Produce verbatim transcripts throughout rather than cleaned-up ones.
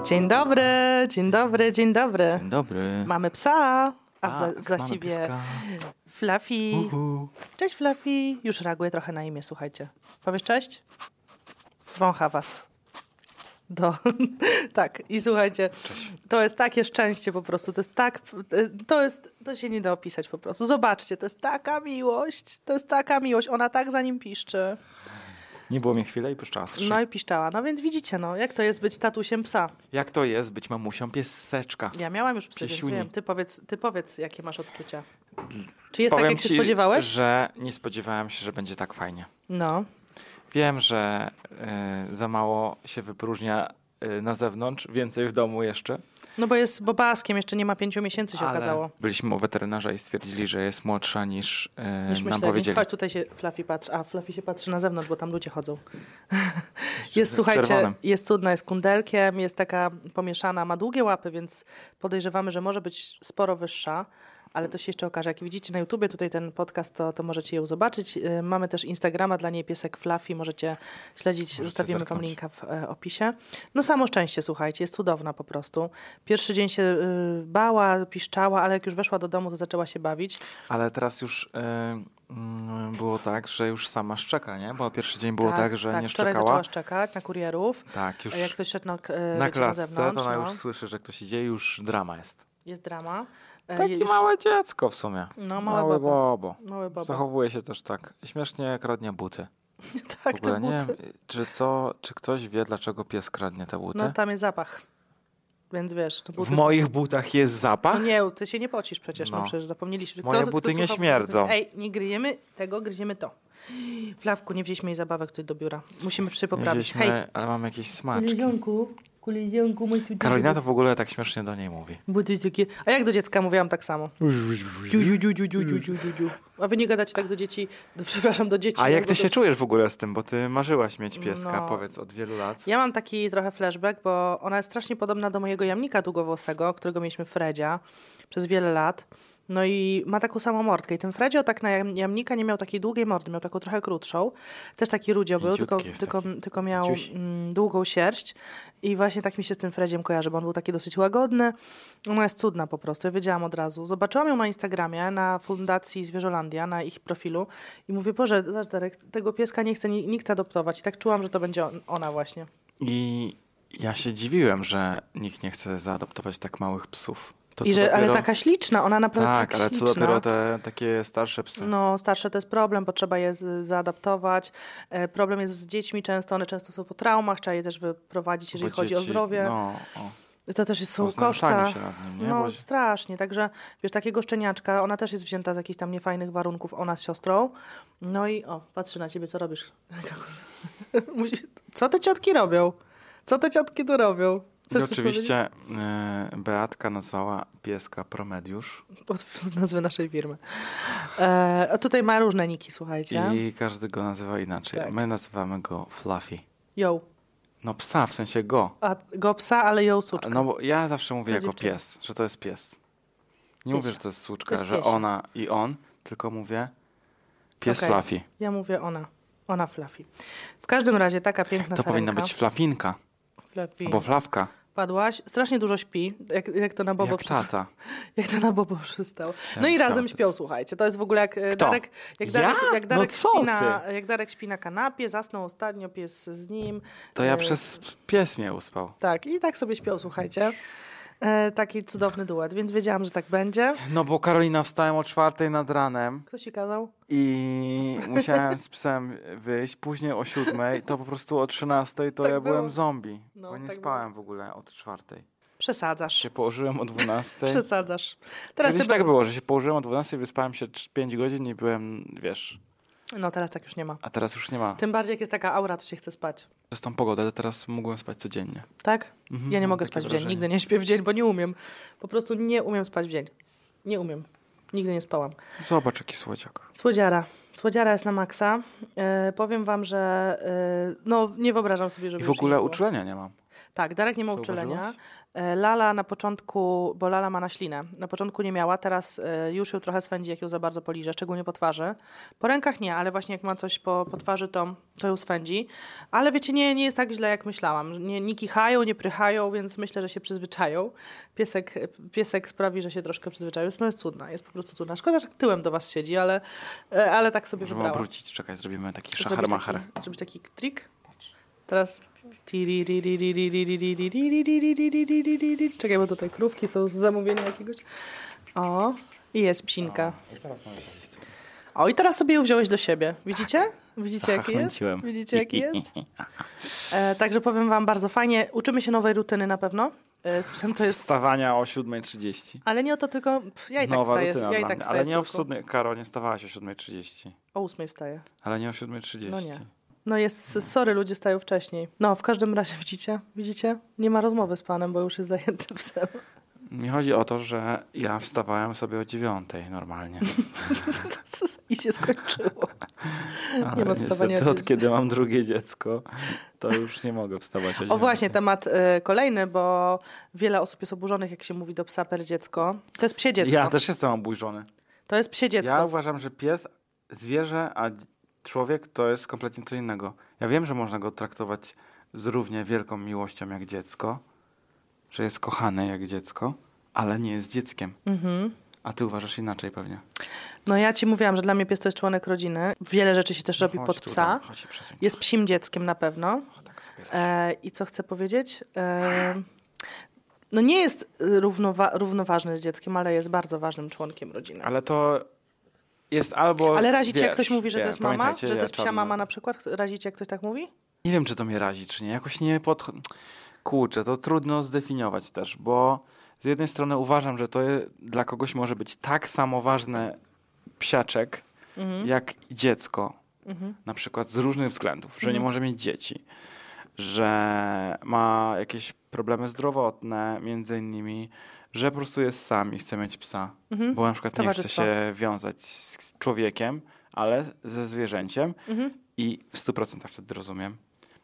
Dzień dobry, dzień dobry, dzień dobry. Dzień dobry. Mamy psa, a w, za, Tak, właściwie Fluffy. Uhu. Cześć Fluffy. Już reaguje trochę na imię, słuchajcie. Powiesz cześć? Wącha was. Do. Tak, i słuchajcie, cześć. To jest takie szczęście po prostu, to jest tak, to jest, to się nie da opisać po prostu. Zobaczcie, to jest taka miłość, to jest taka miłość, ona tak za nim piszczy. Nie było mnie chwilę i piszczała strasznie. No i piszczała, no więc widzicie, no, jak to jest być tatusiem psa. Jak to jest być mamusią pieseczka? Ja miałam już psy, więc wiem. Ty powiedz, ty powiedz, jakie masz odczucia. Czy jest Powiem tak, jak się ci, spodziewałeś? że nie spodziewałem się, że będzie tak fajnie. No. Wiem, że y, za mało się wypróżnia y, na zewnątrz, więcej w domu jeszcze. No bo jest bobaskiem, jeszcze nie ma pięciu miesięcy się Ale okazało. byliśmy u weterynarza i stwierdzili, że jest młodsza niż, y, Niż nam myśleli. powiedzieli. Chodź, tutaj się Fluffy patrzy. A, Fluffy się patrzy na zewnątrz, bo tam ludzie chodzą. Jest, w słuchajcie, czerwonym. jest cudna, jest kundelkiem, jest taka pomieszana, ma długie łapy, więc podejrzewamy, że może być sporo wyższa. Ale to się jeszcze okaże. Jak widzicie na YouTubie tutaj ten podcast, to, to możecie ją zobaczyć. Yy, mamy też Instagrama dla niej, piesek Fluffy. Możecie śledzić, Możecie zostawimy zerknąć. wam linka w e, opisie. No samo szczęście, słuchajcie, jest cudowna po prostu. Pierwszy dzień się yy, bała, piszczała, ale jak już weszła do domu, to zaczęła się bawić. Ale teraz już y, y, było tak, że już sama szczeka, nie? Bo pierwszy dzień było tak, tak że tak, nie wczoraj szczekała. zaczęła szczekać na kurierów. Tak, już A jak ktoś szedł na, e, na wiecie, klatce, na zewnątrz, to ona no, już słyszy, że ktoś idzie i już drama jest. jest drama. E, Takie już, małe dziecko w sumie. No, małe Małe bobo. bobo. Małe bobo. Zachowuje się też tak śmiesznie, kradnie buty. Tak, w ogóle te nie buty. wiem, czy, co, czy ktoś wie, dlaczego pies kradnie te buty? No tam jest zapach. Więc wiesz, to buty w moich butach jest zapach? No nie, ty się nie pocisz przecież, no, No. przecież zapomnieliście. Moje Kto, buty kto nie słuchał- śmierdzą. Ej, nie gryziemy tego, gryziemy to. Flawku, nie wzięliśmy jej zabawek tutaj do biura. Musimy się poprawić. Hej, Wzięliśmy, ale mamy jakieś smaczki. kulizionku, kulizionku, mój tutaj. Karolina to w ogóle tak śmiesznie do niej mówi. Buty takie. A jak do dziecka mówiłam tak samo? Dziu, dziu, dziu, dziu, dziu, dziu, dziu, dziu, dziu. A wy nie gadacie tak do dzieci, do, przepraszam, do dzieci. A jak bo ty do- się czujesz w ogóle z tym? Bo ty marzyłaś mieć pieska, No. powiedz, od wielu lat. Ja mam taki trochę flashback, bo ona jest strasznie podobna do mojego jamnika długowłosego, którego mieliśmy Fredzia przez wiele lat. No i ma taką samą mordkę. I ten Fredzio tak na jam- jamnika nie miał takiej długiej mordy, miał taką trochę krótszą. Też taki rudzio był, Mięciutki tylko, jest tylko, taki. tylko miał Mięciusi. mm, długą sierść. I właśnie tak mi się z tym Fredziem kojarzy, bo on był taki dosyć łagodny. Ona jest cudna po prostu, ja wiedziałam od razu. Zobaczyłam ją na Instagramie, na Fundacji Zwierzolandia, na ich profilu i mówię, Boże, zobacz, Darek, tego pieska nie chce ni- nikt adoptować. I tak czułam, że to będzie on, ona właśnie. I ja się dziwiłem, że nikt nie chce zaadoptować tak małych psów. To I co że, dopiero... Ale taka śliczna, ona naprawdę Tak, tak ale śliczna. co dopiero te takie starsze psy. No, starsze to jest problem, bo trzeba je z, zaadaptować. E, problem jest z dziećmi często, one często są po traumach, trzeba je też wyprowadzić, jeżeli Bo chodzi o dzieci, zdrowie. No, o. To też jest, są Poznęcaniu koszta. się nad nim, nie? No, Bo- strasznie. Także, wiesz, takiego szczeniaczka, ona też jest wzięta z jakichś tam niefajnych warunków, ona z siostrą. No i o, patrzy na ciebie, co robisz? Musi- Co te ciotki robią? Co te ciotki tu robią? I Chcesz coś oczywiście y, Beatka nazwała pieska Promediusz Od z nazwy naszej firmy. E, a tutaj ma różne niki, słuchajcie. i każdy go nazywa inaczej. Tak. My nazywamy go Fluffy. Ją. No psa, w sensie go. A go psa, ale ją suczka. No bo ja zawsze mówię To jest jako dziewczyna. pies, że to jest pies. Nie Piesio. mówię, że to jest suczka, To jest że piesio. ona i on, tylko mówię pies Okej. Fluffy. Ja mówię ona. Ona Fluffy. W każdym razie taka piękna To powinna sarenka. być Flafinka, Fluffy. albo Flawka, Padłaś. Strasznie dużo śpi. Jak, jak to na Bobo jak przystał. tata. Jak to na Bobo przystał. No Jak i razem ksiądz. śpią, słuchajcie. To jest w ogóle jak e, Kto? Darek, jak Ja? Darek, jak No Darek, co śpi na, ty? jak Darek śpi na kanapie, zasnął ostatnio, pies z nim. To ja E, przez pies mnie uspał. Tak, i tak sobie śpią, słuchajcie. E, taki cudowny duet, więc wiedziałam, że tak będzie. No bo Karolina wstałem o czwartej nad ranem Kto ci kazał? i musiałem z psem wyjść, później o siódmej, to po prostu o trzynastej to Tak ja było. byłem zombie, No, bo nie tak spałem w ogóle od czwartej. Przesadzasz. Się położyłem o dwunastej. Przesadzasz. Teraz Kiedyś ty tak było, że się położyłem o dwunastej, wyspałem się pięć godzin i byłem, wiesz, No teraz tak już nie ma. a teraz już nie ma. Tym bardziej jak jest taka aura, to się chce spać. Przez tą pogodę to teraz mogłem spać codziennie. Tak? Mhm, Ja nie mam mogę takie spać w dzień. wrażenie. Nigdy nie śpię w dzień, bo nie umiem. Po prostu nie umiem spać w dzień. Nie umiem. Nigdy nie spałam. Zobacz, jaki słodziak. Słodziara. Słodziara jest na maksa. E, powiem wam, że e, no nie wyobrażam sobie, żeby I w już ogóle nie było. uczulenia nie mam. Tak, Darek nie ma uczulenia. Zauważyłaś? E, Lala na początku, bo Lala ma na ślinę, na początku nie miała, teraz e, już ją trochę swędzi, jak ją za bardzo poliże, szczególnie po twarzy. Po rękach nie, ale właśnie jak ma coś po, po twarzy, to, to ją swędzi. Ale wiecie, nie, nie jest tak źle, jak myślałam. Nie, nie kichają, nie prychają, więc myślę, że się przyzwyczają. Piesek, piesek sprawi, że się troszkę przyzwyczają. No jest cudna, jest po prostu cudna. Szkoda, że tyłem do was siedzi, ale, e, ale tak sobie Możemy wybrała. obrócić, czekaj, zrobimy taki Zrobić szacharmacher. taki- Zrobić taki trik? Teraz... Czekaj, bo tutaj krówki są z zamówienia jakiegoś. O, i jest psinka. O, i teraz sobie ją wziąłeś do siebie. Widzicie? Widzicie, jaki jest? Zachęciłem. Widzicie, jaki jest? E, także powiem wam bardzo fajnie. Uczymy się nowej rutyny na pewno. E, z psem to jest... Wstawania o siódma trzydzieści. Ale nie o to tylko... Pff, ja i tak Nowa wstaję. rutyna Ja i dla tak mnie. wstaję Ale nie o z córką. siódmej, Karo, nie wstawałaś o siódma trzydzieści. O ósmej wstaję. Ale nie o siódma trzydzieści. No nie. No jest, sorry, ludzie stają wcześniej. No, w każdym razie, widzicie? Widzicie? Nie ma rozmowy z panem, bo już jest zajęty psem. Mi chodzi o to, że ja wstawałem sobie o dziewiątej normalnie. I się skończyło. Ale Nie ma wstawania. niestety od kiedy mam drugie dziecko, to już nie mogę wstawać o dziewiątej. O właśnie, temat y, kolejny, bo wiele osób jest oburzonych, jak się mówi do psa per dziecko. To jest psie dziecko. Ja też jestem oburzony. To jest psie dziecko. Ja uważam, że pies, zwierzę, a człowiek to jest kompletnie co innego. Ja wiem, że można go traktować z równie wielką miłością jak dziecko, że jest kochany jak dziecko, ale nie jest dzieckiem. Mhm. A ty uważasz inaczej pewnie. No ja ci mówiłam, że dla mnie pies to jest członek rodziny. Wiele rzeczy się też robi Chodź pod tu, psa. dam, chodź się przesuń. Jest psim dzieckiem na pewno. O, tak sobie raz. E, I co chcę powiedzieć? E, no nie jest równowa- równoważny z dzieckiem, ale jest bardzo ważnym członkiem rodziny. Ale to jest albo... Ale razicie, jak wiesz, ktoś mówi, że nie, to jest mama? pamiętajcie, Że to ja jest psia czarno- mama na przykład? Razicie, jak ktoś tak mówi? Nie wiem, czy to mnie razi, czy nie. Jakoś nie pod... Kurczę, to trudno zdefiniować też, bo z jednej strony uważam, że to je, dla kogoś może być tak samo ważny psiaczek, Mhm. jak i dziecko. Mhm. Na przykład z różnych względów, że nie Mhm. może mieć dzieci, że ma jakieś problemy zdrowotne, między innymi, że po prostu jest sam i chce mieć psa. Mhm. Bo na przykład nie chce Towarzystwo. się wiązać z człowiekiem, ale ze zwierzęciem Mhm. i w stu procentach wtedy rozumiem.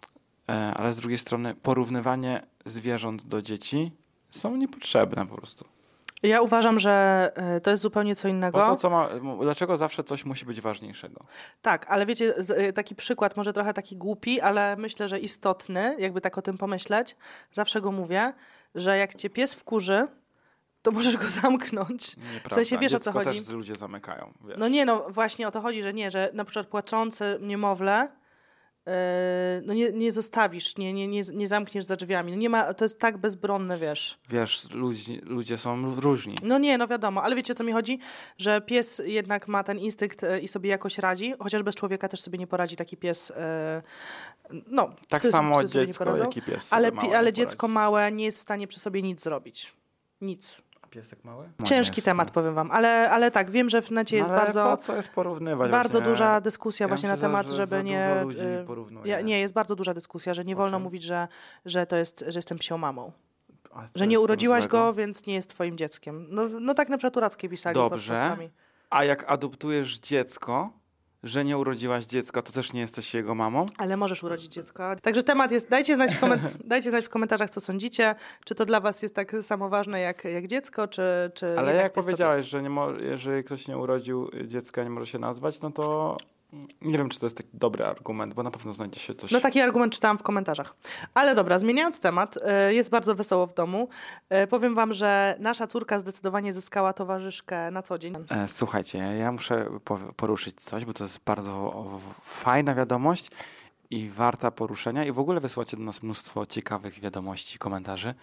E, ale z drugiej strony porównywanie zwierząt do dzieci są niepotrzebne po prostu. Ja uważam, że e, to jest zupełnie co innego. Po co, co ma, dlaczego zawsze coś musi być ważniejszego? Tak, ale wiecie, z- e, taki przykład, może trochę taki głupi, ale myślę, że istotny, jakby tak o tym pomyśleć. Zawsze go mówię, że jak cię pies wkurzy, to możesz go zamknąć. Nieprawda. W sensie wiesz, o co Dziecko chodzi? też ludzie zamykają. Wiesz. No nie, no właśnie o to chodzi, że nie, że na przykład płaczące niemowlę yy, no nie, nie zostawisz, nie, nie, nie, nie zamkniesz za drzwiami. No nie ma, to jest tak bezbronne, wiesz. Wiesz, ludzi, ludzie są różni. No nie, no wiadomo, ale wiecie o co mi chodzi? Że pies jednak ma ten instynkt e, i sobie jakoś radzi, chociaż bez człowieka też sobie nie poradzi taki pies. e, No, Tak psy- samo psy sobie nie dziecko, poradzą. jak i pies. Ale, sobie pi- małe ale nie dziecko poradzi. małe nie jest w stanie przy sobie nic zrobić. Nic. A piesek mały? Ciężki jest, temat, powiem wam, ale, ale tak, wiem, że w necie jest No, ale bardzo... po co jest porównywać? Bardzo właśnie? duża dyskusja Ja właśnie na myślę, temat, że żeby za nie... dużo ludzi y, porównuje. ja, nie, jest bardzo duża dyskusja, że nie O wolno czym? mówić, że, że to jest, że jestem psią mamą. A co Że jest nie w tym urodziłaś złego? go, więc nie jest twoim dzieckiem. No, no tak na przykład Urackie pisali pod Dobrze. postami. A jak adoptujesz dziecko, że nie urodziłaś dziecka, to też nie jesteś jego mamą? Ale możesz urodzić dziecko. Także temat jest, dajcie znać w, koment- dajcie znać w komentarzach, co sądzicie. Czy to dla was jest tak samo ważne jak, jak dziecko, czy, czy Ale jednak jak pies to powiedziałeś, pies? że nie mo- jeżeli ktoś nie urodził dziecka, nie może się nazwać, no to nie wiem, czy to jest taki dobry argument, bo na pewno znajdzie się coś... No taki argument czytałam w komentarzach. Ale dobra, zmieniając temat, y, jest bardzo wesoło w domu. Y, Powiem wam, że nasza córka zdecydowanie zyskała towarzyszkę na co dzień. E, Słuchajcie, ja muszę po- poruszyć coś, bo to jest bardzo w- fajna wiadomość i warta poruszenia i w ogóle wysyłacie do nas mnóstwo ciekawych wiadomości, komentarzy.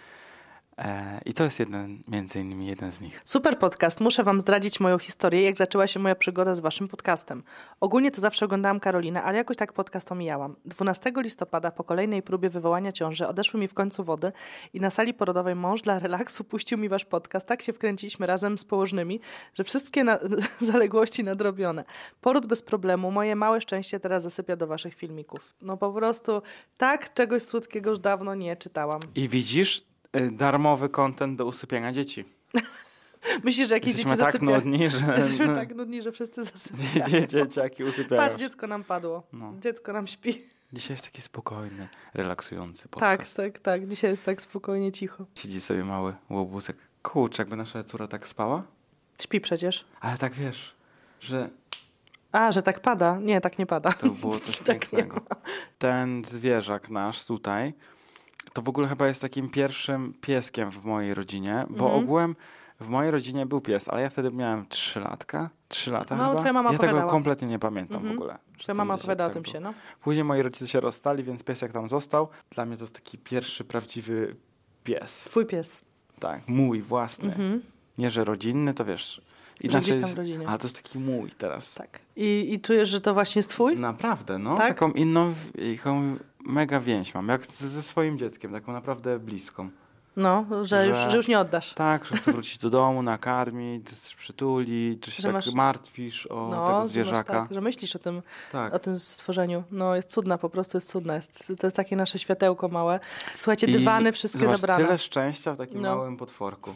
E, I to jest jeden, między innymi jeden z nich. Super podcast. Muszę wam zdradzić moją historię, jak zaczęła się moja przygoda z waszym podcastem. Ogólnie to zawsze oglądałam Karolinę, ale jakoś tak podcast omijałam. dwunastego listopada po kolejnej próbie wywołania ciąży odeszły mi w końcu wody i na sali porodowej mąż dla relaksu puścił mi wasz podcast. Tak się wkręciliśmy razem z położnymi, że wszystkie na- zaległości nadrobione. Poród bez problemu. Moje małe szczęście teraz zasypia do waszych filmików. No po prostu tak czegoś słodkiego już dawno nie czytałam. I widzisz, y, darmowy content do usypiania dzieci. Myślisz, że jakieś dzieci Jesteśmy tak zasypiają? nudni, że Jesteśmy tak nudni, że wszyscy zasypiają. dzieciaki usypiają. Patrz, dziecko nam padło. No. Dziecko nam śpi. Dzisiaj jest taki spokojny, relaksujący podcast. Tak, tak, tak. Dzisiaj jest tak spokojnie, cicho. Siedzi sobie mały łobuzek. Kurczę, jakby nasza córa tak spała. Śpi przecież. Ale tak wiesz, że... A, że tak pada? Nie, tak nie pada. To było coś tak pięknego. Ten zwierzak nasz tutaj, to w ogóle chyba jest takim pierwszym pieskiem w mojej rodzinie, bo Mhm. ogółem w mojej rodzinie był pies, ale ja wtedy miałem trzy latka. Trzy lata No, chyba. twoja mama ja tego opowiadała. kompletnie nie pamiętam Mhm. w ogóle. że Twoja to mama gdzieś opowiada o tak tym było. się, no. Później moi rodzice się rozstali, więc piesek tam został. Dla mnie to jest taki pierwszy prawdziwy pies. Twój pies. Tak, mój własny. Mhm. Nie, że rodzinny, to wiesz. Że Inaczej gdzieś tam jest, w rodzinie. ale to jest taki mój teraz. Tak. I, I czujesz, że to właśnie jest twój? Naprawdę, no. Tak? Taką inną, taką mega więź mam. Jak z- ze swoim dzieckiem, taką naprawdę bliską. No, że, Że- Już, że już nie oddasz. Tak, że chcę wrócić do domu, nakarmić, przytulić, czy się Że tak masz- martwisz o No, tego że masz zwierzaka. tak, że myślisz o tym, Tak. o tym stworzeniu. No, jest cudna, po prostu jest cudna. Jest, to jest takie nasze światełko małe. Słuchajcie, I dywany wszystkie zobacz, zabrane. tyle szczęścia w takim No. małym potworku.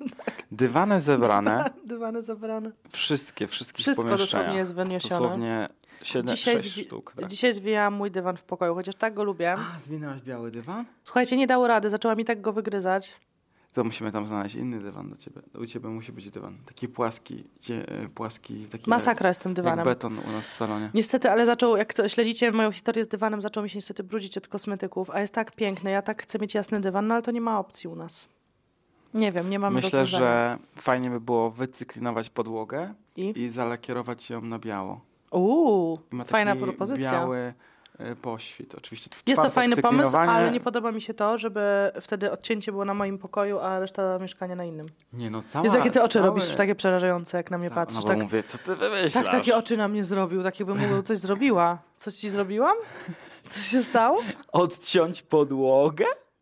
Dywany zebrane, Dywany zabrane. wszystkie, wszystkich Wszystko pomieszczeniach. dosłownie jest wyniesione. Dosłownie siedem, Dzisiaj, sześć zwi- sztuk. Tak. dzisiaj zwijałam mój dywan w pokoju, chociaż tak go lubię. A, zwinęłaś biały dywan? Słuchajcie, nie dało rady, zaczęła mi tak go wygryzać. To musimy tam znaleźć inny dywan do ciebie. U ciebie musi być dywan. Taki płaski, cie, e, płaski, taki Masakra jest tym jak, dywanem. jak beton u nas w salonie. Niestety, ale zaczął, jak to śledzicie moją historię z dywanem, zaczął mi się niestety brudzić od kosmetyków, a jest tak piękny, ja tak chcę mieć jasny dywan, no ale to nie ma opcji u nas. Nie wiem, nie mamy Myślę, rozwiązania. że fajnie by było wycyklinować podłogę I? i zalakierować ją na biało. Uuu, I ma fajna taki propozycja. biały e, poświt. Oczywiście Jest to czwarte fajny pomysł, cyklinowanie- ale nie podoba mi się to, żeby wtedy odcięcie było na moim pokoju, a reszta mieszkania na innym. Nie no, cała... Jezu, jakie ty oczy całe- robisz takie przerażające, jak na mnie ca- patrzysz. No bo Tak, mówię, co ty wymyślasz? tak takie oczy na mnie zrobił, tak jakbym mu coś zrobiła. Coś ci zrobiłam? Coś się stało? Odciąć podłogę?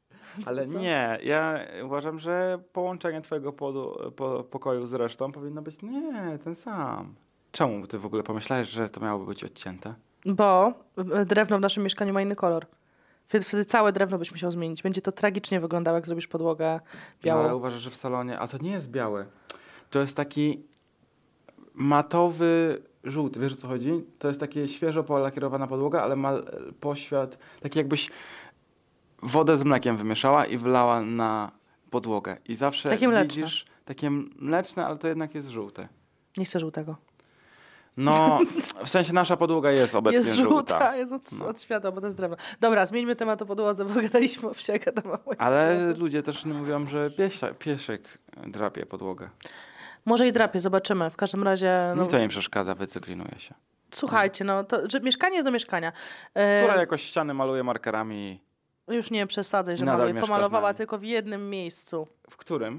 Ale Co? nie, ja uważam, że połączenie twojego podu, po, pokoju z resztą powinno być nie, ten sam. Czemu ty w ogóle pomyślałeś, że to miałoby być odcięte? Bo drewno w naszym mieszkaniu ma inny kolor. Wtedy, wtedy całe drewno byś musiał zmienić. Będzie to tragicznie wyglądało, jak zrobisz podłogę białą. No, ale uważasz, że w salonie... A to nie jest biały. To jest taki matowy żółty. Wiesz, o co chodzi? To jest takie świeżo polakierowana podłoga, ale ma e, poświat... Taki jakbyś wodę z mlekiem wymieszała i wlała na podłogę. I zawsze Takie mleczne. widzisz... Takie mleczne, ale to jednak jest żółte. Nie chcę żółtego. No, w sensie nasza podłoga jest obecnie Jest żółta. żółta, jest od, No. od świata, bo to jest drewno. Dobra, zmieńmy temat o podłodze, bo gadaliśmy o psie, gadam o mojej Ale podłodze. ludzie też mówią, że piesia, pieszek drapie podłogę. Może i drapie, zobaczymy. W każdym razie... No, Mi to nie przeszkadza, wycyklinuje się. słuchajcie, no, to, że mieszkanie jest do mieszkania. E, Która jakoś ściany maluje markerami. Już nie przesadzaj, że Nadal maluje. mieszka z Pomalowała nami. tylko w jednym miejscu. W którym?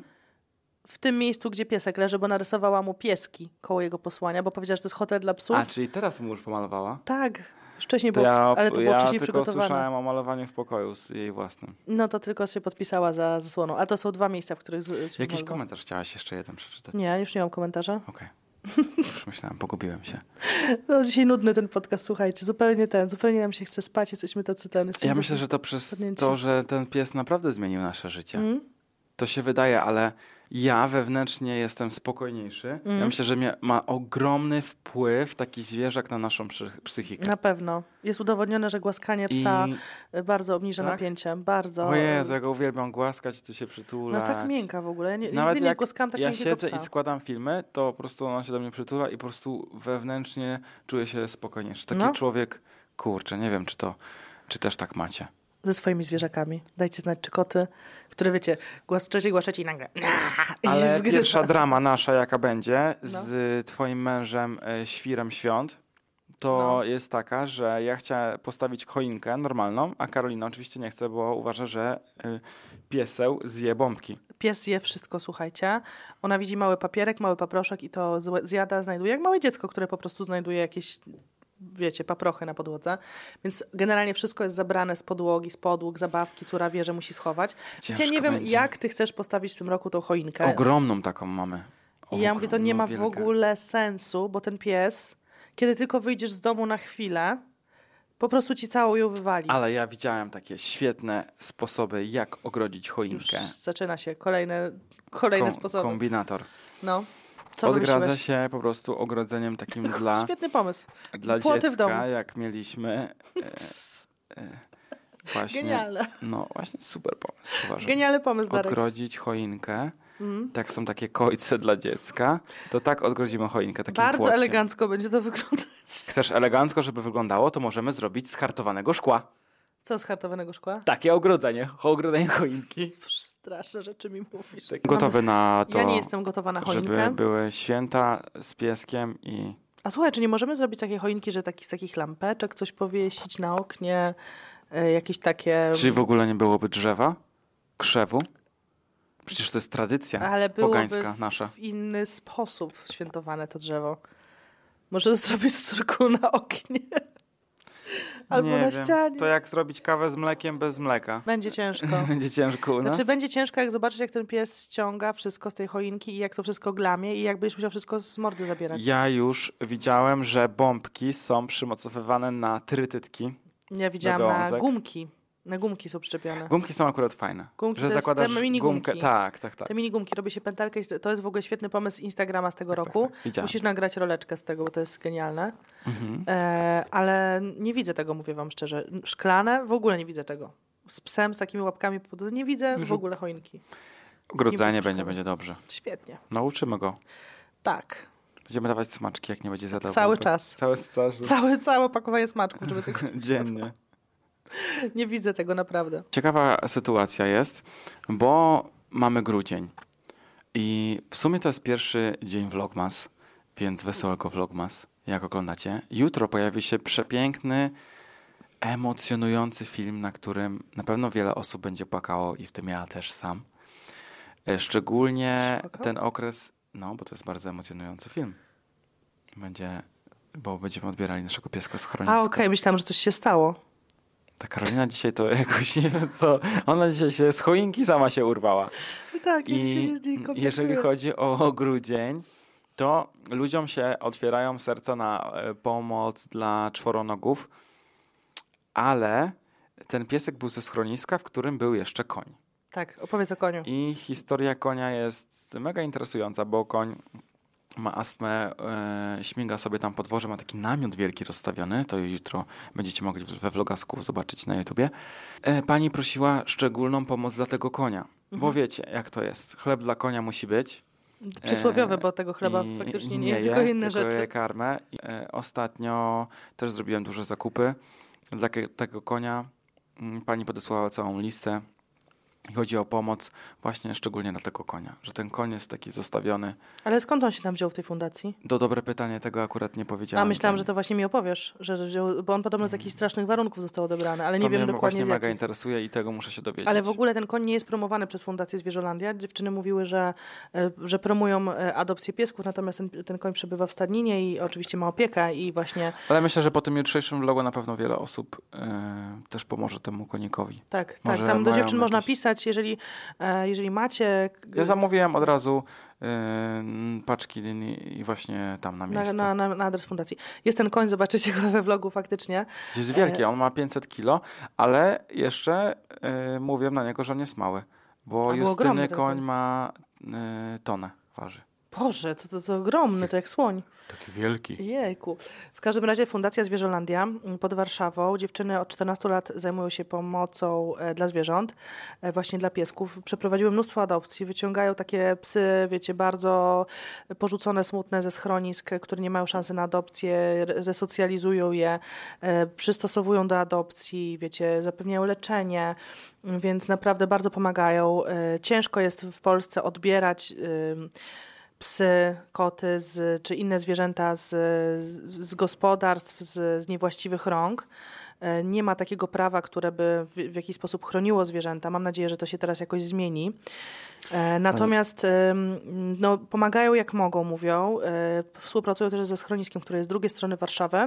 W tym miejscu, gdzie piesek leży, bo narysowała mu pieski koło jego posłania, bo powiedziała, że to jest hotel dla psów. A, czyli teraz mu już pomalowała? Tak, już wcześniej To było, ja, ale to było ja wcześniej tylko przygotowane. słyszałem o malowaniu w pokoju z jej własnym. No to tylko się podpisała za zasłoną. A to są dwa miejsca, w których... z- się Jakiś pomalowało. komentarz chciałaś jeszcze jeden przeczytać? Nie, już nie mam komentarza. Okej. Już myślałem, pogubiłem się. No dzisiaj nudny ten podcast, słuchajcie. Zupełnie ten, zupełnie nam się chce spać, jesteśmy tacy ten. jesteśmy Ja tacy myślę, że to przez wpadnięci. to, że ten pies naprawdę zmienił nasze życie. Mm? To się wydaje, ale ja wewnętrznie jestem spokojniejszy. Mm. Ja myślę, że mia- ma ogromny wpływ taki zwierzak na naszą przy- psychikę. Na pewno. Jest udowodnione, że głaskanie psa I bardzo obniża Tak? napięcie. Bardzo. o Jezu, ja go uwielbiam głaskać, tu się No przytulać. jest tak miękka w ogóle. Ja nie, Nawet nigdy nie jak głaskałam tak ja miękkiego siedzę psa. i składam filmy, to po prostu ona się do mnie przytula i po prostu wewnętrznie czuję się spokojniejszy. Taki No. człowiek, kurczę, nie wiem, czy to, czy też tak macie. Ze swoimi zwierzakami. Dajcie znać, czy koty, które wiecie, głaszczecie, głaszczecie i nagle... i Ale się wgryza. pierwsza drama nasza, jaka będzie No. z twoim mężem, e, świrem świąt, to No. jest taka, że ja chciałem postawić choinkę normalną, a Karolina oczywiście nie chce, bo uważa, że e, pieseł zje bombki. Pies je wszystko, słuchajcie. Ona widzi mały papierek, mały paproszek i to złe- zjada, znajduje, jak małe dziecko, które po prostu znajduje jakieś, wiecie, paprochy na podłodze. Więc generalnie wszystko jest zabrane z podłogi, z podłóg, zabawki, córa wie, że musi schować. Więc ja Ciężko nie wiem, będzie. jak ty chcesz postawić w tym roku tą choinkę. Ogromną taką mamy. I ja mówię, to nie ma w Ogromną, wielką. ogóle sensu, bo ten pies, kiedy tylko wyjdziesz z domu na chwilę, po prostu ci całą ją wywali. Ale ja widziałem takie świetne sposoby, jak ogrodzić Już choinkę. zaczyna się kolejne, kolejne Kom- sposoby. Kombinator. No. Co Odgradza wymyśliłeś? się po prostu ogrodzeniem takim dla, Świetny pomysł. dla Płoty w domu. dziecka, jak mieliśmy. E, właśnie, Genialne. No właśnie super pomysł. Uważam. Genialny pomysł, Darek. Odgrodzić choinkę. Mm. Tak są takie kojce dla dziecka. To tak odgrodzimy choinkę takim Bardzo płotkiem. elegancko będzie to wyglądać. Chcesz elegancko, żeby wyglądało, to możemy zrobić z hartowanego szkła. Co z hartowanego szkła? Takie ogrodzenie. Ogrodzenie choinki. Straszne rzeczy mi mówisz. Gotowy na to, Ja nie jestem gotowa na choinkę. żeby były święta z pieskiem i... A słuchaj, czy nie możemy zrobić takiej choinki, że takich, takich lampeczek coś powiesić na oknie, y, jakieś takie... Czy w ogóle nie byłoby drzewa? Krzewu? Przecież to jest tradycja Ale byłoby pogańska nasza. w inny sposób świętowane to drzewo. Może zrobić z córką na oknie. Albo nie na wiem. ścianie. To jak zrobić kawę z mlekiem bez mleka? Będzie ciężko. Będzie ciężko u nas? Znaczy będzie ciężko, jak zobaczysz, jak ten pies ściąga wszystko z tej choinki i jak to wszystko glamie i jak będziesz musiał wszystko z mordy zabierać. Ja już widziałem, że bombki są przymocowywane na trytytki. Ja widziałam na gąsek. gumki. Na gumki są przyczepione. Gumki są akurat fajne. Gumki że to jest zakładasz te mini gumkę. gumki. Tak, tak, tak. Te mini gumki, robi się pętelkę i to jest w ogóle świetny pomysł Instagrama z tego Tak, roku. tak, tak. Widziałem. Musisz nagrać roleczkę z tego, bo to jest genialne. Mhm. E, ale nie widzę tego, mówię wam szczerze. Szklane, w ogóle nie widzę tego. Z psem, z takimi łapkami, pod- nie widzę w ogóle choinki. Ogrodzenie Takim będzie, będzie dobrze. Świetnie. Nauczymy go. Tak. Będziemy dawać smaczki, jak nie będzie zadał. Cały czas. Cały czas. Całe, całe opakowanie smaczków, żeby tylko... Dziennie. Nie widzę tego naprawdę. Ciekawa sytuacja jest, bo mamy grudzień i w sumie to jest pierwszy dzień Vlogmas, więc wesołego Vlogmas, jak oglądacie. Jutro pojawi się przepiękny, emocjonujący film, na którym na pewno wiele osób będzie płakało i w tym ja też sam. E, Szczególnie ten okres, no bo to jest bardzo emocjonujący film. Będzie, bo będziemy odbierali naszego pieska z schroniska. A okej, okay. Myślałam, że coś się stało. Ta Karolina dzisiaj to jakoś nie wiem co. Ona dzisiaj się z choinki sama się urwała. Tak, ja dzisiaj I jest dzień kontaktuję. jeżeli chodzi o grudzień, to ludziom się otwierają serca na e, pomoc dla czworonogów, ale ten piesek był ze schroniska, w którym był jeszcze koń. Tak, opowiedz o koniu. I historia konia jest mega interesująca, bo koń ma astmę, e, śmiga sobie tam podwoże, ma taki namiot wielki rozstawiony, to jutro będziecie mogli we vlogasku zobaczyć na YouTubie. E, pani prosiła szczególną pomoc dla tego konia, mhm. bo wiecie jak to jest, chleb dla konia musi być. Przysłowiowe, bo tego chleba I, faktycznie i nie nie jest, je, tylko inne tylko rzeczy. je karmę. I, e, ostatnio też zrobiłem duże zakupy dla ke- tego konia. Pani podesłała całą listę. I chodzi o pomoc właśnie szczególnie dla tego konia, że ten koń jest taki zostawiony. Ale skąd on się tam wziął w tej fundacji? To dobre pytanie, tego akurat nie powiedziałem. A myślałam, tam. że to właśnie mi opowiesz, że wziął, bo on podobno z jakichś strasznych warunków został odebrany, ale nie to wiem mnie dokładnie właśnie z mega jakich. interesuje i tego muszę się dowiedzieć. Ale w ogóle ten koń nie jest promowany przez Fundację Zwierzolandia. Dziewczyny mówiły, że, że promują adopcję piesków, natomiast ten, ten koń przebywa w stadninie i oczywiście ma opiekę i właśnie... Ale myślę, że po tym jutrzejszym vlogu na pewno wiele osób yy, też pomoże temu konikowi. Tak, Może tak. Tam do mają dziewczyn można jakieś- pisać, jeżeli, e, jeżeli macie... Ja zamówiłem od razu yy, paczki i właśnie tam na na, miejsce. na, na, na adres fundacji. Jest ten koń, zobaczycie go we vlogu faktycznie. Jest wielki, on ma pięćset kilo, ale jeszcze yy, mówię na niego, że on jest mały, bo A, był ogromny Justyny ten koń koń. ma yy, tonę waży. Boże, to, to, to ogromny, to jak słoń. Taki wielki. Jejku. W każdym razie Fundacja Zwierzolandia m, pod Warszawą. Dziewczyny od czternastu lat zajmują się pomocą e, dla zwierząt, e, właśnie dla piesków. Przeprowadziły mnóstwo adopcji, wyciągają takie psy, wiecie, bardzo porzucone, smutne ze schronisk, które nie mają szansy na adopcję, re- resocjalizują je, e, przystosowują do adopcji, wiecie, zapewniają leczenie, m, więc naprawdę bardzo pomagają. E, ciężko jest w Polsce odbierać ym, psy, koty z, czy inne zwierzęta z, z, z gospodarstw, z, z niewłaściwych rąk. E, Nie ma takiego prawa, które by w, w jakiś sposób chroniło zwierzęta. Mam nadzieję, że to się teraz jakoś zmieni. E, Natomiast em, no, pomagają jak mogą, mówią. E, Współpracują też ze schroniskiem, które jest z drugiej strony Warszawy.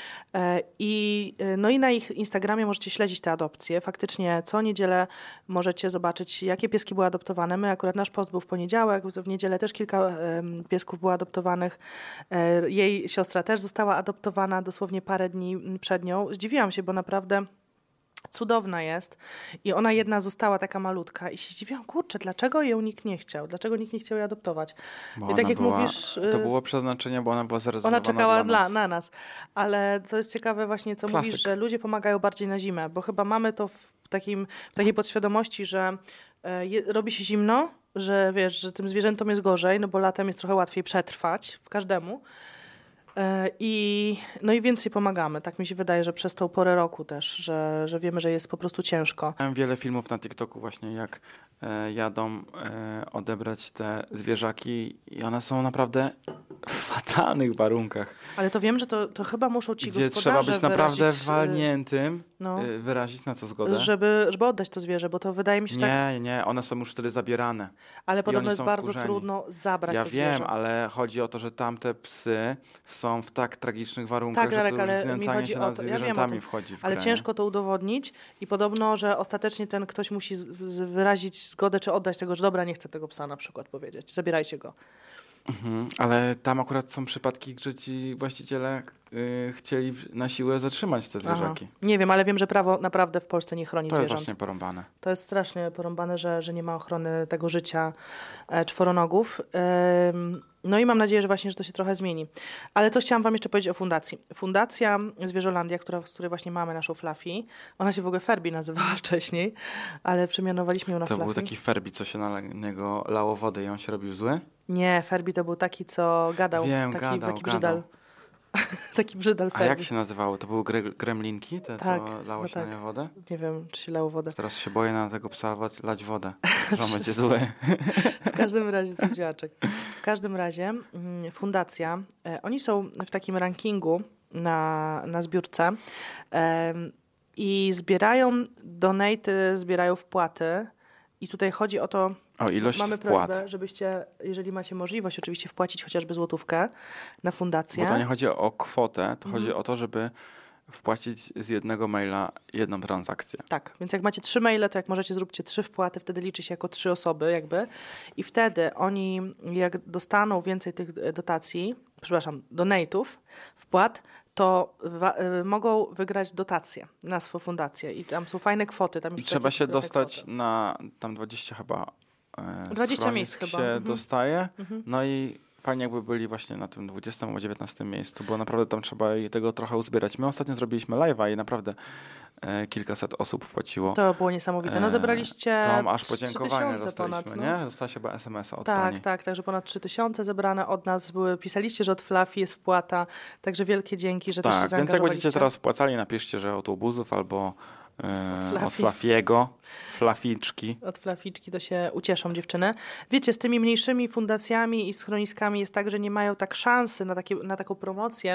E, I, e, no i na ich Instagramie możecie śledzić te adopcje. Faktycznie co niedzielę możecie zobaczyć, jakie pieski były adoptowane. My akurat nasz post był w poniedziałek, w niedzielę też kilka em, piesków było adoptowanych. E, Jej siostra też została adoptowana dosłownie parę dni przed nią. Zdziwiłam się, bo naprawdę Cudowna jest i ona jedna została taka malutka i się zdziwiłam, kurczę, dlaczego ją nikt nie chciał? Dlaczego nikt nie chciał jej adoptować? Bo I tak jak była, mówisz... To y, było przeznaczenie, bo ona była zarezerwowana Ona czekała dla nas. Dla, na nas. Ale to jest ciekawe właśnie, co Klasyk. mówisz, że ludzie pomagają bardziej na zimę, bo chyba mamy to w, takim, w takiej podświadomości, że e, je, robi się zimno, że wiesz, że tym zwierzętom jest gorzej, no bo latem jest trochę łatwiej przetrwać w każdemu. E, I, no i więcej pomagamy. Tak mi się wydaje, że przez tą porę roku też, że, że wiemy, że jest po prostu ciężko. Miałem wiele filmów na TikToku właśnie, jak e, jadą e, odebrać te zwierzaki i one są naprawdę w fatalnych warunkach. Ale to wiem, że to, to chyba muszą ci Gdzie gospodarze trzeba być naprawdę wyrazić, walniętym, no. e, wyrazić na co zgodę. Żeby, żeby oddać to zwierzę, bo to wydaje mi się tak... Nie, nie, one są już wtedy zabierane. Ale podobno oni jest są bardzo wkurzeni. trudno zabrać Ja to wiem, zwierzę. ale chodzi o to, że tamte psy są w tak tragicznych warunkach, Tak, że Darek, to już ale mi znęcanie chodzi się o nad to- ja wiem o zwierzętami tym, wchodzi w Ale grę, ciężko to udowodnić i podobno, że ostatecznie ten ktoś musi z, z, wyrazić zgodę, czy oddać tego, że dobra, nie chcę tego psa na przykład powiedzieć. Zabierajcie go. Mhm, ale tam akurat są przypadki, że ci właściciele y, chcieli na siłę zatrzymać te zwierzaki. Aha. Nie wiem, ale wiem, że prawo naprawdę w Polsce nie chroni To jest zwierząt. właśnie porąbane. To jest strasznie porąbane, że, że nie ma ochrony tego życia e, czworonogów. Ym, no i mam nadzieję, że właśnie, że to się trochę zmieni. Ale co chciałam wam jeszcze powiedzieć o fundacji. Fundacja Zwierzolandia, która, z której właśnie mamy naszą Fluffy, ona się w ogóle Ferbi nazywała wcześniej, ale przemianowaliśmy ją na To Fluffy. był taki Ferbi, co się na niego lało wodę i on się robił zły? Nie, Ferbi to był taki, co gadał. Wiem, taki, gadał, taki gadał. brzydal. taki brzydal A Ferbi. jak się nazywało? To były gre- gremlinki, te Tak, co lało no się tak. na nie wodę? Nie wiem, czy się lało wodę. Teraz się boję na tego psa wa- lać wodę, że on będzie zły. W każdym razie, słodziaczek. W każdym razie mm, fundacja, e, oni są w takim rankingu na, na zbiórce e, i zbierają donaty, zbierają wpłaty i tutaj chodzi o to, O ilość mamy wpłat. prośbę, żebyście, jeżeli macie możliwość, oczywiście wpłacić chociażby złotówkę na fundację. Bo to nie chodzi o kwotę, to Mhm. chodzi o to, żeby wpłacić z jednego maila jedną transakcję. Tak, więc jak macie trzy maile, to jak możecie, zróbcie trzy wpłaty, wtedy liczy się jako trzy osoby jakby i wtedy oni jak dostaną więcej tych dotacji, przepraszam, donate'ów, wpłat, to wa- y, mogą wygrać dotacje na swoją fundację i tam są fajne kwoty. Tam I już trzeba takie się konkretne dostać kwoty. na tam dwadzieścia chyba e, dwadzieścia schronisk miejsc chyba. się Mhm. dostaje. Mhm. No i fajnie jakby byli właśnie na tym dwudziestym albo dziewiętnastym miejscu, bo naprawdę tam trzeba i tego trochę uzbierać. My ostatnio zrobiliśmy live'a i naprawdę e, kilkaset osób wpłaciło. To było niesamowite. No zebraliście Tam aż trzy podziękowania tysiące dostaliśmy, ponad, no. nie? Dostała się chyba es em es a od Tak, pani. tak, także ponad trzy tysiące zebrane od nas. Były, pisaliście, że od Fluffy jest wpłata, także wielkie dzięki, że też się Tak, więc jak zaangażowaliście. będziecie teraz wpłacali, napiszcie, że od łobuzów albo e, Od Fluffy. od Fluffiego, Flaficzki. Od Flaficzki to się ucieszą dziewczyny. Wiecie, z tymi mniejszymi fundacjami i schroniskami jest tak, że nie mają tak szansy na, takie, na taką promocję.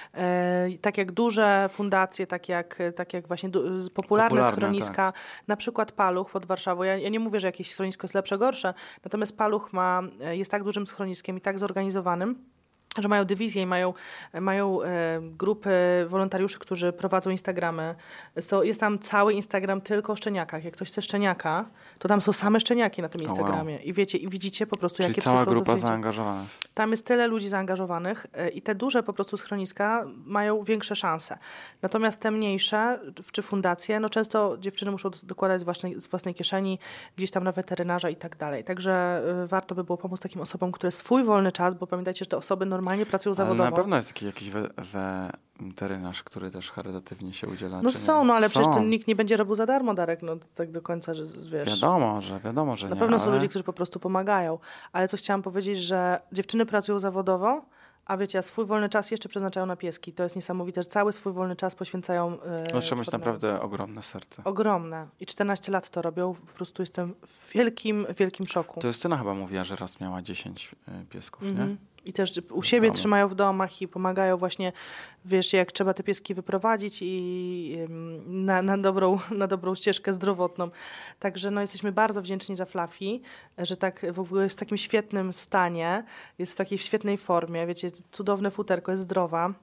E, tak jak duże fundacje, tak jak, tak jak właśnie du, popularne, Popularne, schroniska. Na przykład Paluch pod Warszawą. Ja, ja nie mówię, że jakieś schronisko jest lepsze, gorsze. Natomiast Paluch ma, jest tak dużym schroniskiem i tak zorganizowanym, że mają dywizję i mają, mają e, grupy wolontariuszy, którzy prowadzą Instagramy. So, jest tam cały Instagram tylko o szczeniakach. Jak ktoś chce szczeniaka, to tam są same szczeniaki na tym O, wow. Instagramie. I wiecie, i widzicie po prostu, Czyli jakie cała psy są do grupa wzięcia. zaangażowana jest. Tam jest tyle ludzi zaangażowanych e, i te duże po prostu schroniska mają większe szanse. Natomiast te mniejsze, czy fundacje, no często dziewczyny muszą dokładać z własnej, z własnej kieszeni, gdzieś tam na weterynarza i tak dalej. Także e, warto by było pomóc takim osobom, które swój wolny czas, bo pamiętajcie, że te osoby normalnie pracują Ale zawodowo. na pewno jest taki jakiś we, weterynarz, który też charytatywnie się udziela. No czy są, nie? no ale są. przecież ten nikt nie będzie robił za darmo, Darek, no tak do końca, że wiesz. Wiadomo, że wiadomo, że Na nie. pewno ale... są ludzie, którzy po prostu pomagają. Ale co chciałam powiedzieć, że dziewczyny pracują zawodowo, a wiecie, a swój wolny czas jeszcze przeznaczają na pieski. To jest niesamowite, że cały swój wolny czas poświęcają. E, No, trzeba mieć czworonogom. naprawdę ogromne serce. Ogromne. I czternaście lat to robią. Po prostu jestem w wielkim, wielkim szoku. To Justyna chyba mówiła, że raz miała dziesięć y, piesków, Mhm. nie? I też u siebie domu. trzymają w domach i pomagają właśnie, wiesz, jak trzeba te pieski wyprowadzić i ym, na, na, dobrą, na dobrą ścieżkę zdrowotną. Także no, jesteśmy bardzo wdzięczni za Fluffy, że tak w ogóle jest w takim świetnym stanie, jest w takiej świetnej formie, wiecie, cudowne futerko, jest zdrowa.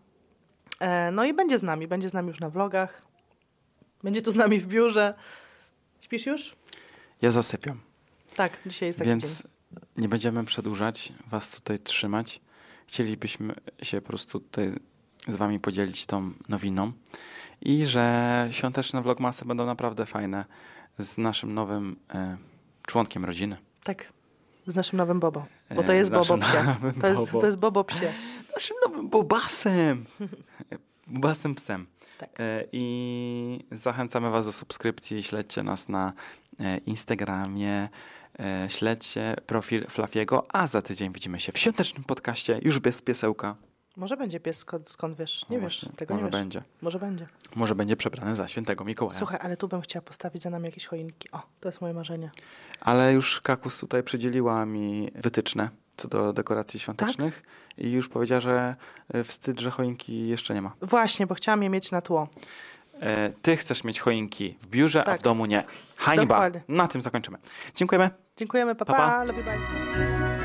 E, no i będzie z nami, będzie z nami już na vlogach, będzie tu z nami w biurze. Śpisz już? Ja zasypiam. Tak, dzisiaj jest taki Więc dzień. nie będziemy przedłużać, was tutaj trzymać. Chcielibyśmy się po prostu tutaj z wami podzielić tą nowiną i że świąteczne vlogmasy będą naprawdę fajne z naszym nowym e, członkiem rodziny. Tak, z naszym nowym Bobo, bo to jest Bobo psie. To jest, to jest Bobo psie. Naszym nowym Bobasem. Bobasem psem. Tak. E, I zachęcamy was do subskrypcji, śledźcie nas na e, Instagramie, e, śledźcie profil Flafiego, a za tydzień widzimy się w świątecznym podcaście, już bez piesełka. Może będzie pies, skąd, skąd wiesz? Nie No wiesz, właśnie, tego może nie wiesz. będzie. Może będzie. Może będzie przebrany za świętego Mikołaja. Słuchaj, ale tu bym chciała postawić za nami jakieś choinki. O, to jest moje marzenie. Ale już Kakus tutaj przydzieliła mi wytyczne co do dekoracji świątecznych tak? i już powiedziała, że wstyd, że choinki jeszcze nie ma. Właśnie, bo chciałam je mieć na tło. E, ty chcesz mieć choinki w biurze, tak. a w domu nie. Hańba. Dokładnie. Na tym zakończymy. Dziękujemy. Dziękujemy, pa, pa. pa. Love you, bye.